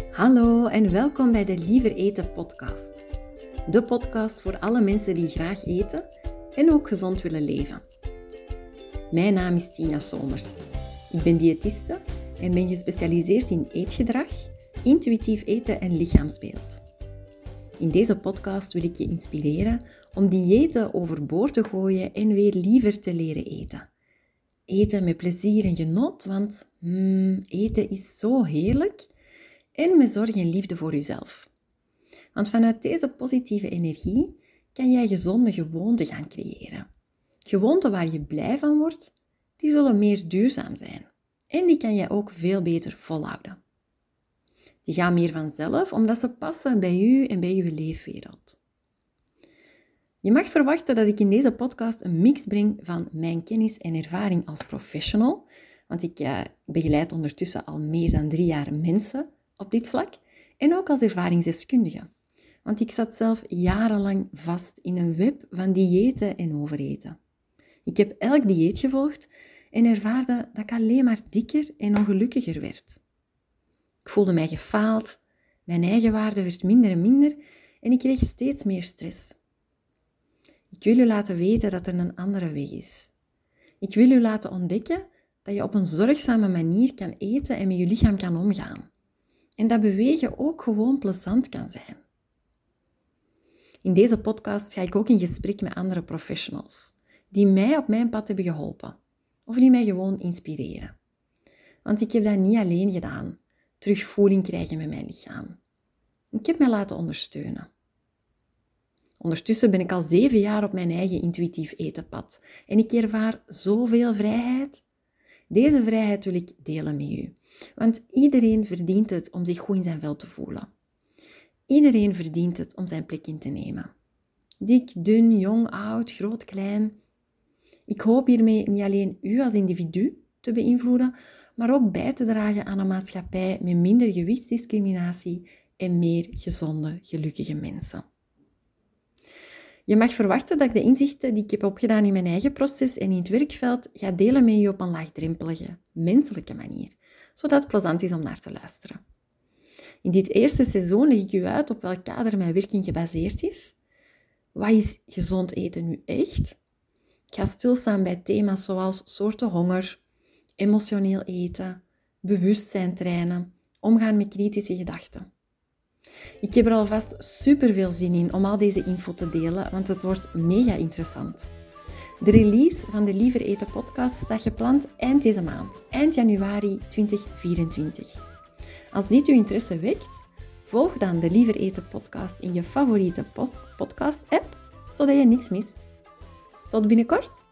Hallo en welkom bij de Liever Eten podcast. De podcast voor alle mensen die graag eten en ook gezond willen leven. Mijn naam is Tina Somers. Ik ben diëtiste en ben gespecialiseerd in eetgedrag, intuïtief eten en lichaamsbeeld. In deze podcast wil ik je inspireren om diëten overboord te gooien en weer liever te leren eten. Eten met plezier en genot, want eten is zo heerlijk. En met zorg en liefde voor jezelf. Want vanuit deze positieve energie kan jij gezonde gewoonten gaan creëren. Gewoonten waar je blij van wordt, die zullen meer duurzaam zijn. En die kan jij ook veel beter volhouden. Die gaan meer vanzelf, omdat ze passen bij u en bij je leefwereld. Je mag verwachten dat ik in deze podcast een mix breng van mijn kennis en ervaring als professional. Want ik begeleid ondertussen al meer dan 3 jaar mensen op dit vlak en ook als ervaringsdeskundige. Want ik zat zelf jarenlang vast in een web van diëten en overeten. Ik heb elk dieet gevolgd en ervaarde dat ik alleen maar dikker en ongelukkiger werd. Ik voelde mij gefaald, mijn eigenwaarde werd minder en minder en ik kreeg steeds meer stress. Ik wil u laten weten dat er een andere weg is. Ik wil u laten ontdekken dat je op een zorgzame manier kan eten en met je lichaam kan omgaan. En dat bewegen ook gewoon plezant kan zijn. In deze podcast ga ik ook in gesprek met andere professionals die mij op mijn pad hebben geholpen of die mij gewoon inspireren. Want ik heb dat niet alleen gedaan, terugvoering krijgen met mijn lichaam. Ik heb mij laten ondersteunen. Ondertussen ben ik al 7 jaar op mijn eigen intuïtief etenpad en ik ervaar zoveel vrijheid. Deze vrijheid wil ik delen met u. Want iedereen verdient het om zich goed in zijn vel te voelen. Iedereen verdient het om zijn plek in te nemen. Dik, dun, jong, oud, groot, klein. Ik hoop hiermee niet alleen u als individu te beïnvloeden, maar ook bij te dragen aan een maatschappij met minder gewichtsdiscriminatie en meer gezonde, gelukkige mensen. Je mag verwachten dat ik de inzichten die ik heb opgedaan in mijn eigen proces en in het werkveld ga delen met je op een laagdrempelige, menselijke manier, zodat het plezant is om naar te luisteren. In dit eerste seizoen leg ik u uit op welk kader mijn werking gebaseerd is. Wat is gezond eten nu echt? Ik ga stilstaan bij thema's zoals soorten honger, emotioneel eten, bewustzijn trainen, omgaan met kritische gedachten. Ik heb er alvast super veel zin in om al deze info te delen, want het wordt mega interessant. De release van de Liever Eten podcast staat gepland eind deze maand, eind januari 2024. Als dit uw interesse wekt, volg dan de Liever Eten podcast in je favoriete podcast-app, zodat je niks mist. Tot binnenkort!